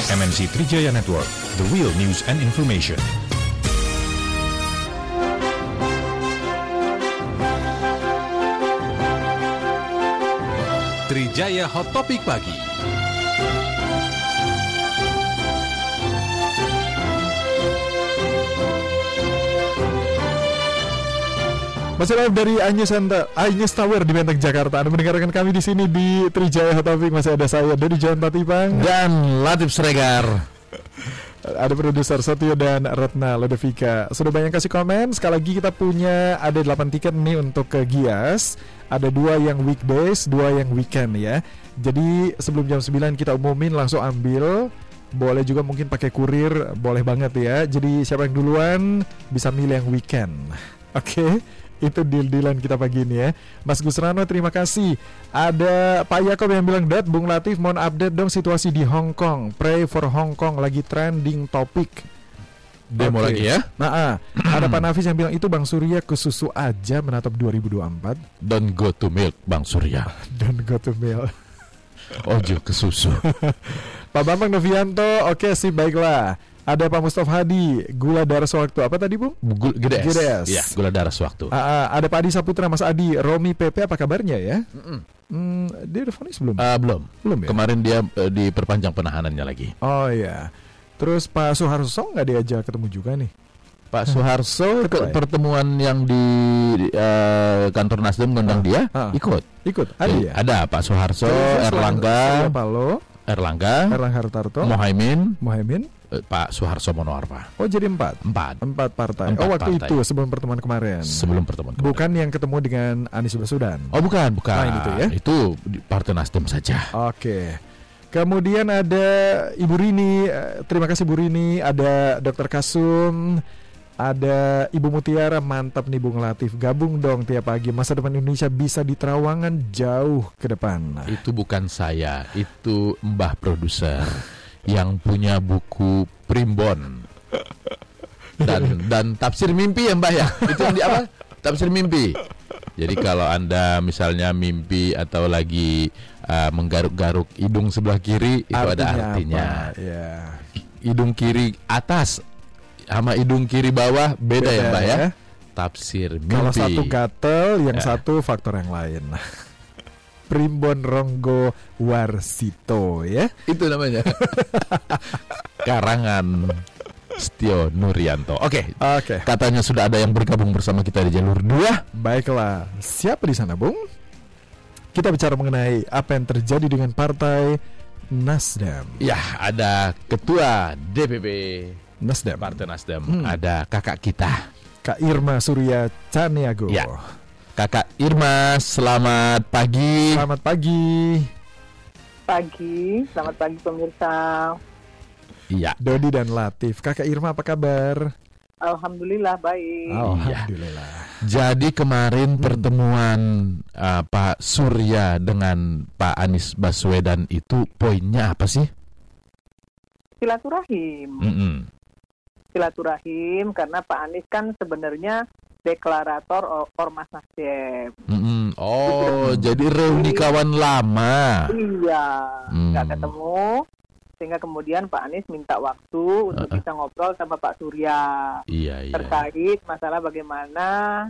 MNC Trijaya Network, the real news and information. Trijaya Hot Topic Pagi. Masih live dari Agnes Tower di Menteng, Jakarta. Anda mendengarkan kami di sini di Trijaya Hot Topic. Masih ada saya, Dodi John Tatipang dan Latif Sregar. Ada produser Satyo dan Retna Lodevika. Sudah banyak kasih komen. Sekali lagi kita punya ada 8 tiket nih untuk ke Gias. Ada 2 yang weekdays, 2 yang weekend ya. Jadi sebelum jam 9 kita umumin, langsung ambil. Boleh juga mungkin pakai kurir, boleh banget ya. Jadi siapa yang duluan bisa milih yang weekend. Oke. Itu deal-dealan kita pagi ini ya. Mas Gusrano, terima kasih. Ada Pak Yakob yang bilang, Dad, Bung Latif mohon update dong situasi di Hong Kong. Pray for Hong Kong, lagi trending topik. Demo lagi ya. Nah, ada Pak Nafis yang bilang, itu Bang Surya ke susu aja menatap 2024. Don't go to milk, Bang Surya. Don't go to milk. Ojo ke susu. Pak Bambang Novianto, oke sih, baiklah. Ada Pak Mustafa Hadi, gula darah sewaktu. Apa tadi, Bung? GDS. Ya, gula darah sewaktu. Ada Pak Adi Saputra, Mas Adi, Romi PP, apa kabarnya ya? Dia udah vonis belum? Belum ya? Kemarin dia diperpanjang penahanannya lagi. Oh iya. Terus Pak Suharso nggak diajak ketemu juga nih? Pak Suharso pertemuan yang di kantor Nasdem ngundang dia ikut. Ada ya? Ada Pak Suharso, Erlangga Hartarto, Mohaimin, Pak Suharso Monoarfa. Oh, jadi empat partai. Waktu itu sebelum pertemuan kemarin. Bukan yang ketemu dengan Anies Baswedan. Oh, bukan. Lain itu ya? Itu Partai Nasdem saja. Oke. Kemudian ada Ibu Rini, terima kasih Bu Rini. Ada Dr. Kasum, ada Ibu Mutiara, mantap nih Bung Latif. Gabung dong tiap pagi. Masa depan Indonesia bisa di Terawangan jauh ke depan. Itu bukan saya, itu Mbah produser yang punya buku Primbon dan tafsir mimpi ya Mbah ya. Itu yang di apa? Tafsir mimpi. Jadi kalau Anda misalnya mimpi atau lagi menggaruk-garuk hidung sebelah kiri, itu ada artinya. Ya. Hidung kiri atas sama hidung kiri bawah beda ya Mbak ya. Tafsir mimpi. Kalau satu gatel, yang satu faktor yang lain. Primbon Ronggo Warsito ya. Itu namanya. Karangan Setio Nuryanto. Oke. Katanya sudah ada yang bergabung bersama kita di jalur 2. Baiklah. Siapa di sana, Bung? Kita bicara mengenai apa yang terjadi dengan Partai Nasdem. Ya, ada Ketua DPP Nasdem. Partai Nasdem. Ada kakak kita, Kak Irma Surya Caniago. Ya. Kakak Irma, selamat pagi. Selamat pagi. Selamat pagi pemirsa. Iya. Dodi dan Latif. Kakak Irma apa kabar? Alhamdulillah baik. Alhamdulillah. Jadi kemarin pertemuan Pak Surya dengan Pak Anies Baswedan itu poinnya apa sih? Silaturahim karena Pak Anies kan sebenarnya deklarator Ormas Nasdem. Jadi reuni kawan lama. Iya, nggak ketemu. Sehingga kemudian Pak Anies minta waktu untuk bisa ngobrol sama Pak Surya. Iya. Terkait masalah bagaimana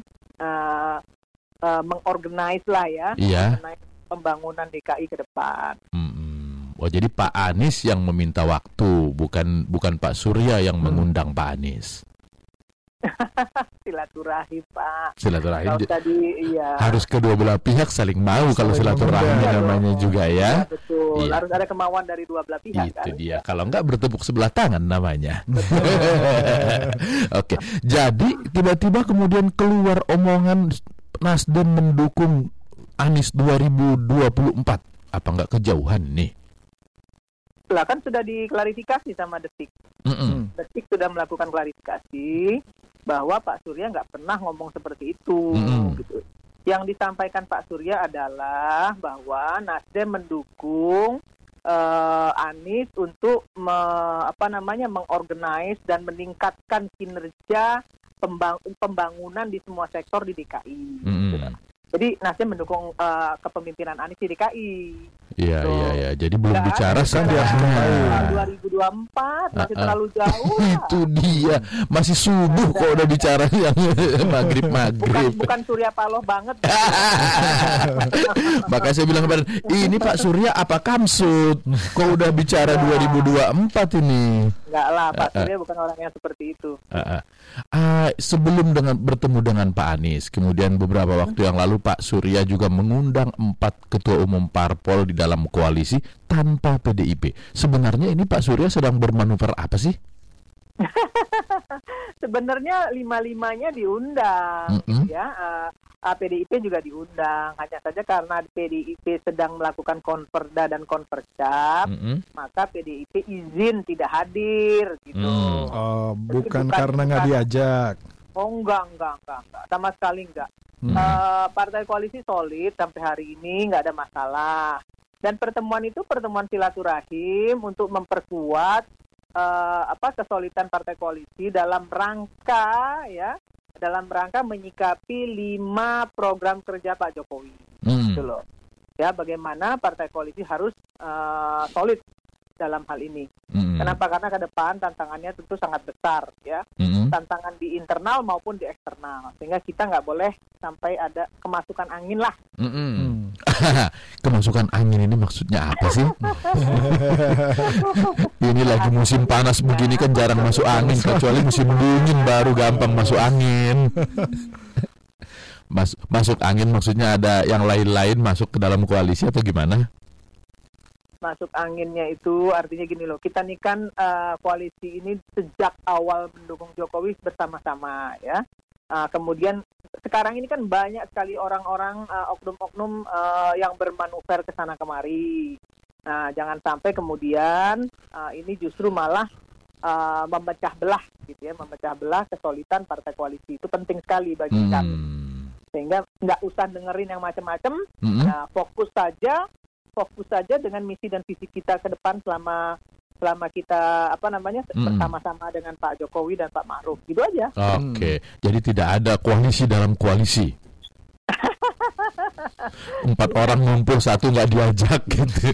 mengorganize lah ya. Iya. Pembangunan DKI ke depan. Jadi Pak Anies yang meminta waktu, bukan Pak Surya yang mengundang Pak Anies. Silaturahim Pak. Silaturahim. Iya. Harus kedua belah pihak saling mau kalau silaturahim namanya juga ya. Betul. Iya. Harus ada kemauan dari dua belah pihak. Itu dia. Kalau enggak bertepuk sebelah tangan namanya. Oke. Jadi tiba-tiba kemudian keluar omongan Nasdem mendukung Anies 2024. Apa enggak kejauhan nih? Lah kan sudah diklarifikasi sama Detik. Detik sudah melakukan klarifikasi bahwa Pak Surya nggak pernah ngomong seperti itu. Gitu. Yang disampaikan Pak Surya adalah bahwa Nasdem mendukung Anies untuk mengorganize dan meningkatkan kinerja pembangunan di semua sektor di DKI. Gitu. Jadi Nasdem mendukung kepemimpinan Anies di DKI. Iya. Jadi belum bicara kan 2024 2024 masih terlalu jauh. Itu dia, masih subuh kok udah bicara yang maghrib. Bukan Surya Paloh banget. Makanya saya bilang kemarin, ini Pak Surya apa kamsut? Kok udah bicara 2024 ini? Enggak lah, Pak Surya bukan orang yang seperti itu. Sebelum bertemu dengan Pak Anies, kemudian beberapa waktu yang lalu Pak Surya juga mengundang 4 ketua umum parpol di dalam koalisi tanpa PDIP. Sebenarnya ini Pak Surya sedang bermanuver apa sih? Sebenarnya 5-5-nya diundang, ya. PDIP juga diundang. Hanya saja karena PDIP sedang melakukan konperda dan konpercap, maka PDIP izin tidak hadir, gitu. Bukan karena nggak diajak. Oh, enggak, sama sekali enggak. Partai koalisi solid sampai hari ini, nggak ada masalah. Dan pertemuan itu pertemuan silaturahim untuk memperkuat kesolidan partai koalisi dalam rangka menyikapi 5 program kerja Pak Jokowi. Gitu loh. Ya, bagaimana partai koalisi harus solid dalam hal ini. Kenapa? Karena ke depan tantangannya tentu sangat besar, ya. Tantangan di internal maupun di eksternal. Sehingga kita nggak boleh sampai ada kemasukan angin lah. Kemasukan angin ini maksudnya apa sih? Ini lagi musim panas begini kan jarang masuk angin, kecuali musim dingin baru gampang masuk angin. Masuk angin maksudnya ada yang lain-lain masuk ke dalam koalisi atau gimana? Masuk anginnya itu artinya gini loh, kita nih kan koalisi ini sejak awal mendukung Jokowi bersama-sama, ya. Kemudian sekarang ini kan banyak sekali orang-orang oknum-oknum yang bermanuver ke sana kemari. Nah, jangan sampai kemudian ini justru malah memecah belah, gitu ya, memecah belah kesolidan partai koalisi. Itu penting sekali bagi kami. Sehingga nggak usah dengerin yang macam-macam. Nah, fokus saja dengan misi dan visi kita ke depan selama kita bersama-sama dengan Pak Jokowi dan Pak Ma'ruf. Gitu aja. Oke. Jadi tidak ada koalisi dalam koalisi. 4 orang ngumpul, 1 nggak diajak gitu.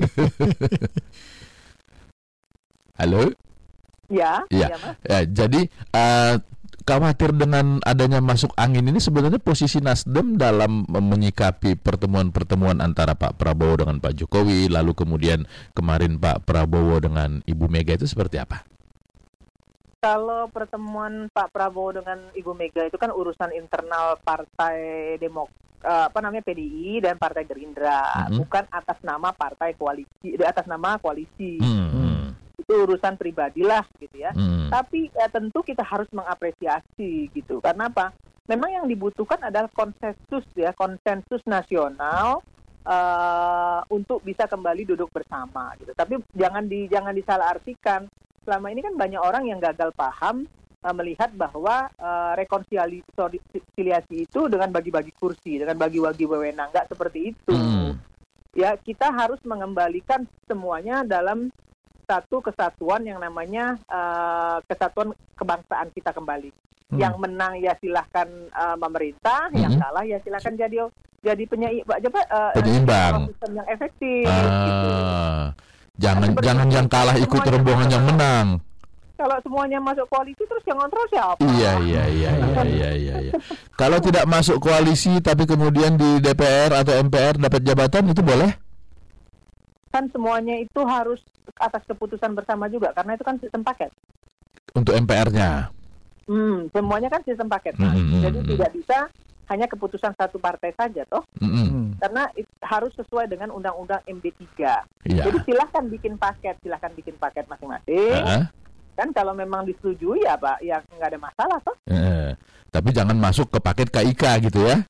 Halo? Ya, Mas. Ya, jadi khawatir dengan adanya masuk angin ini sebenarnya posisi Nasdem dalam menyikapi pertemuan-pertemuan antara Pak Prabowo dengan Pak Jokowi, lalu kemudian kemarin Pak Prabowo dengan Ibu Mega itu seperti apa? Kalau pertemuan Pak Prabowo dengan Ibu Mega itu kan urusan internal Partai PDI dan Partai Gerindra, bukan atas nama partai koalisi, atas nama koalisi. Itu urusan pribadilah, gitu ya. Tapi tentu kita harus mengapresiasi, gitu. Karena apa? Memang yang dibutuhkan adalah konsensus nasional untuk bisa kembali duduk bersama, gitu. Tapi jangan disalahartikan. Selama ini kan banyak orang yang gagal paham melihat bahwa rekonsiliasi itu dengan bagi-bagi kursi, dengan bagi-bagi wewenang. Nggak seperti itu. Ya, kita harus mengembalikan semuanya dalam satu kesatuan yang namanya kesatuan kebangsaan kita kembali. Yang menang ya silahkan memerintah, yang kalah ya silahkan jadi penyeimbang, sistem yang efektif. Gitu. Jangan yang kalah ikut rombongan yang menang. Kalau semuanya masuk koalisi terus yang kontrol siapa? Iya. Kalau tidak masuk koalisi tapi kemudian di DPR atau MPR dapat jabatan itu boleh? Kan semuanya itu harus atas keputusan bersama juga, karena itu kan sistem paket. Untuk MPR-nya? Semuanya kan sistem paket. Jadi tidak bisa hanya keputusan satu partai saja, toh. Karena harus sesuai dengan Undang-Undang MD3. Jadi silahkan bikin paket masing-masing. Kan kalau memang disetujui ya Pak, ya nggak ada masalah, toh. Tapi jangan masuk ke paket KIK gitu ya.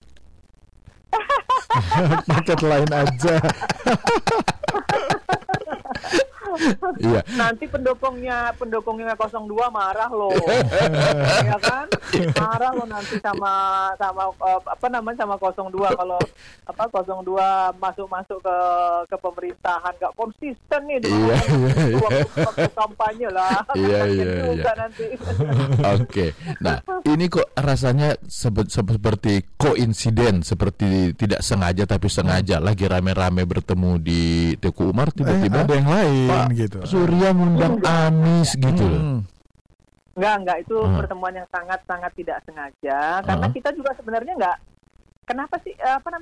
Paket lain aja. Iya. Nanti pendukungnya 02 marah loh. Ya kan? Marah loh nanti sama 02 kalau 02 masuk ke pemerintahan enggak konsisten nih dengan waktu kampanye lah. Iya. Nanti. Oke. Nah, ini kok rasanya seperti koinsiden, seperti tidak sengaja tapi sengaja lagi rame-rame bertemu di Teguh Umar tiba-tiba ada yang lain. gitu. Surya ngundang Anies gitu loh. Enggak, itu pertemuan yang sangat-sangat tidak sengaja. Karena kita juga sebenarnya kenapa sih,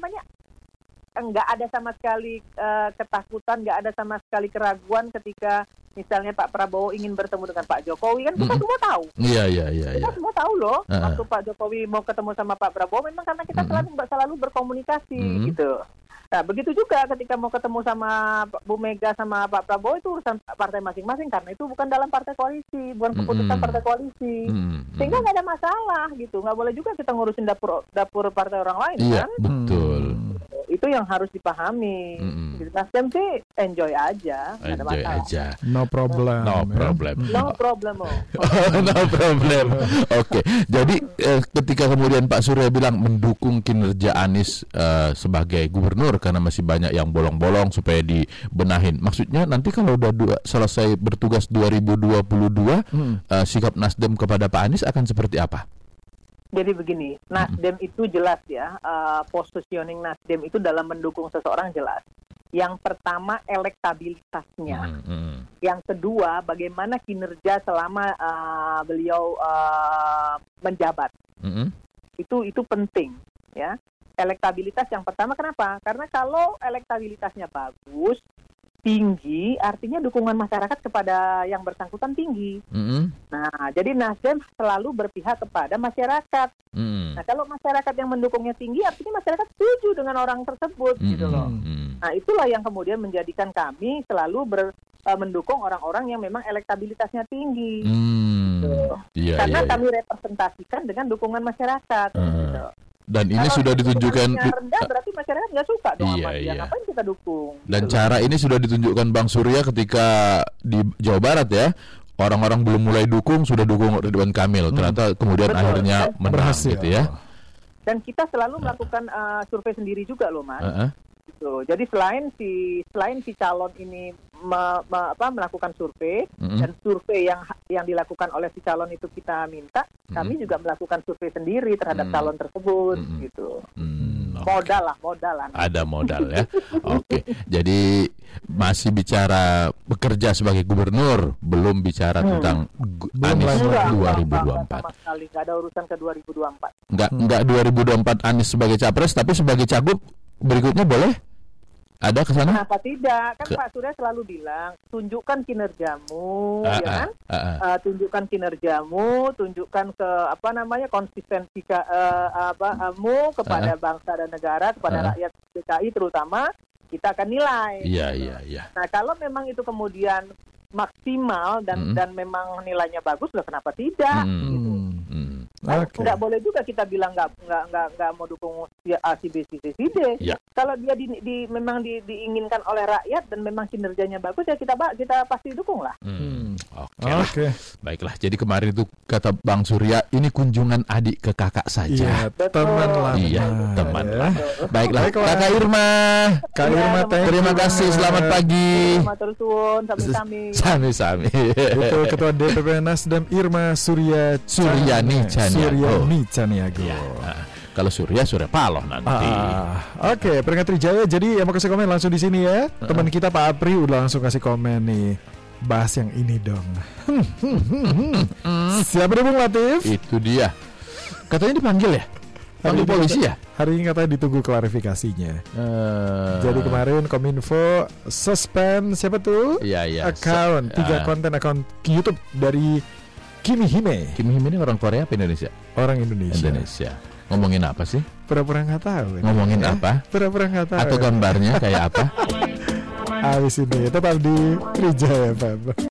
enggak ada sama sekali ketakutan, enggak ada sama sekali keraguan ketika misalnya Pak Prabowo ingin bertemu dengan Pak Jokowi, kan kita semua tahu. Iya. Kita semua tahu loh, waktu Pak Jokowi mau ketemu sama Pak Prabowo, memang karena kita selalu berkomunikasi gitu. Nah, begitu juga ketika mau ketemu sama Bu Mega sama Pak Prabowo, itu urusan partai masing-masing, karena itu bukan dalam partai koalisi, bukan keputusan partai koalisi. Sehingga nggak ada masalah gitu. Nggak boleh juga kita ngurusin dapur partai orang lain, kan? Iya, betul. Itu yang harus dipahami. Nasdem sih enjoy aja, nggak ada masalah. Aja. No problem. No problem. No problem. No problem. Oke. Jadi ketika kemudian Pak Surya bilang mendukung kinerja Anies sebagai gubernur karena masih banyak yang bolong-bolong supaya dibenahin. Maksudnya nanti kalau udah selesai bertugas 2022, sikap Nasdem kepada Pak Anies akan seperti apa? Jadi begini, Nasdem itu jelas ya, positioning Nasdem itu dalam mendukung seseorang jelas. Yang pertama elektabilitasnya, yang kedua bagaimana kinerja selama beliau menjabat, itu penting ya. Elektabilitas yang pertama, kenapa? Karena kalau elektabilitasnya bagus, tinggi, artinya dukungan masyarakat kepada yang bersangkutan tinggi. Nah, jadi Nasdem selalu berpihak kepada masyarakat. Nah, kalau masyarakat yang mendukungnya tinggi, artinya masyarakat setuju dengan orang tersebut, gitu loh. Nah, itulah yang kemudian menjadikan kami selalu mendukung orang-orang yang memang elektabilitasnya tinggi. Gitu. Karena kami representasikan dengan dukungan masyarakat. Gitu. Dan ini sudah ditunjukkan rendah, berarti masyarakat nggak suka dong sama dia. Ngapain kita dukung? Dan cara ini sudah ditunjukkan Bang Surya ketika di Jawa Barat ya. Orang-orang belum mulai dukung, sudah dukung Ridwan Kamil. Ternyata kemudian akhirnya menang gitu ya. Dan kita selalu melakukan survei sendiri juga loh, Mas. Gitu. Jadi selain si calon ini melakukan survei, dan survei yang dilakukan oleh si calon itu kita minta, kami juga melakukan survei sendiri terhadap calon tersebut gitu. Modal lah. Ada modal ya. Oke. Jadi masih bicara bekerja sebagai gubernur, belum bicara tentang Anies 2024. Sama sekali nggak ada urusan ke 2024. Nggak 2024 Anies sebagai capres, tapi sebagai cagup berikutnya boleh? Ada ke sana? Kenapa tidak? Kan Pak Surya selalu bilang, tunjukkan kinerjamu, ya kan? Tunjukkan kinerjamu, tunjukkan konsistensi kamu kepada bangsa dan negara, kepada rakyat DKI terutama, kita akan nilai. Iya. Nah, kalau memang itu kemudian maksimal dan memang nilainya bagus, lah kenapa tidak? Gitu. Nggak boleh juga kita bilang nggak mau dukung A, C, B, C, D. Ya. Kalau dia memang diinginkan oleh rakyat dan memang kinerjanya bagus, ya kita pasti dukung lah. Oke. Baiklah. Jadi kemarin itu kata Bang Surya, ini kunjungan adik ke kakak saja. Teman lah. Iya, teman lah. Baiklah. Kakak Irma. Kak Irma, terima kasih. Selamat pagi. Matur suwun, sami-sami. Sami-sami. Itu Ketua DPP Nasdem Irma Suryani Caniago. Ya. Kalau Surya Paloh nanti. Oke, Peringkat Trijaya. Jadi yang mau kasih komen langsung di sini ya. Teman kita Pak Apri udah langsung kasih komen nih. Bahas yang ini dong. Siapa deh Bung Latif? Itu dia. Katanya dipanggil ya? Panggil polisi ya? Hari ini katanya ditunggu klarifikasinya. Jadi kemarin Kominfo suspend siapa tuh? Iya. Account 3 konten akun YouTube dari Kimi Hime. Kimi Hime ini orang Korea apa Indonesia? Orang Indonesia. Ngomongin apa sih? Pura-pura nggak tahu. Ngomongin apa? Pura-pura nggak tahu. Atau gambarnya kayak apa? Habis ini tetap di Trijaya FM.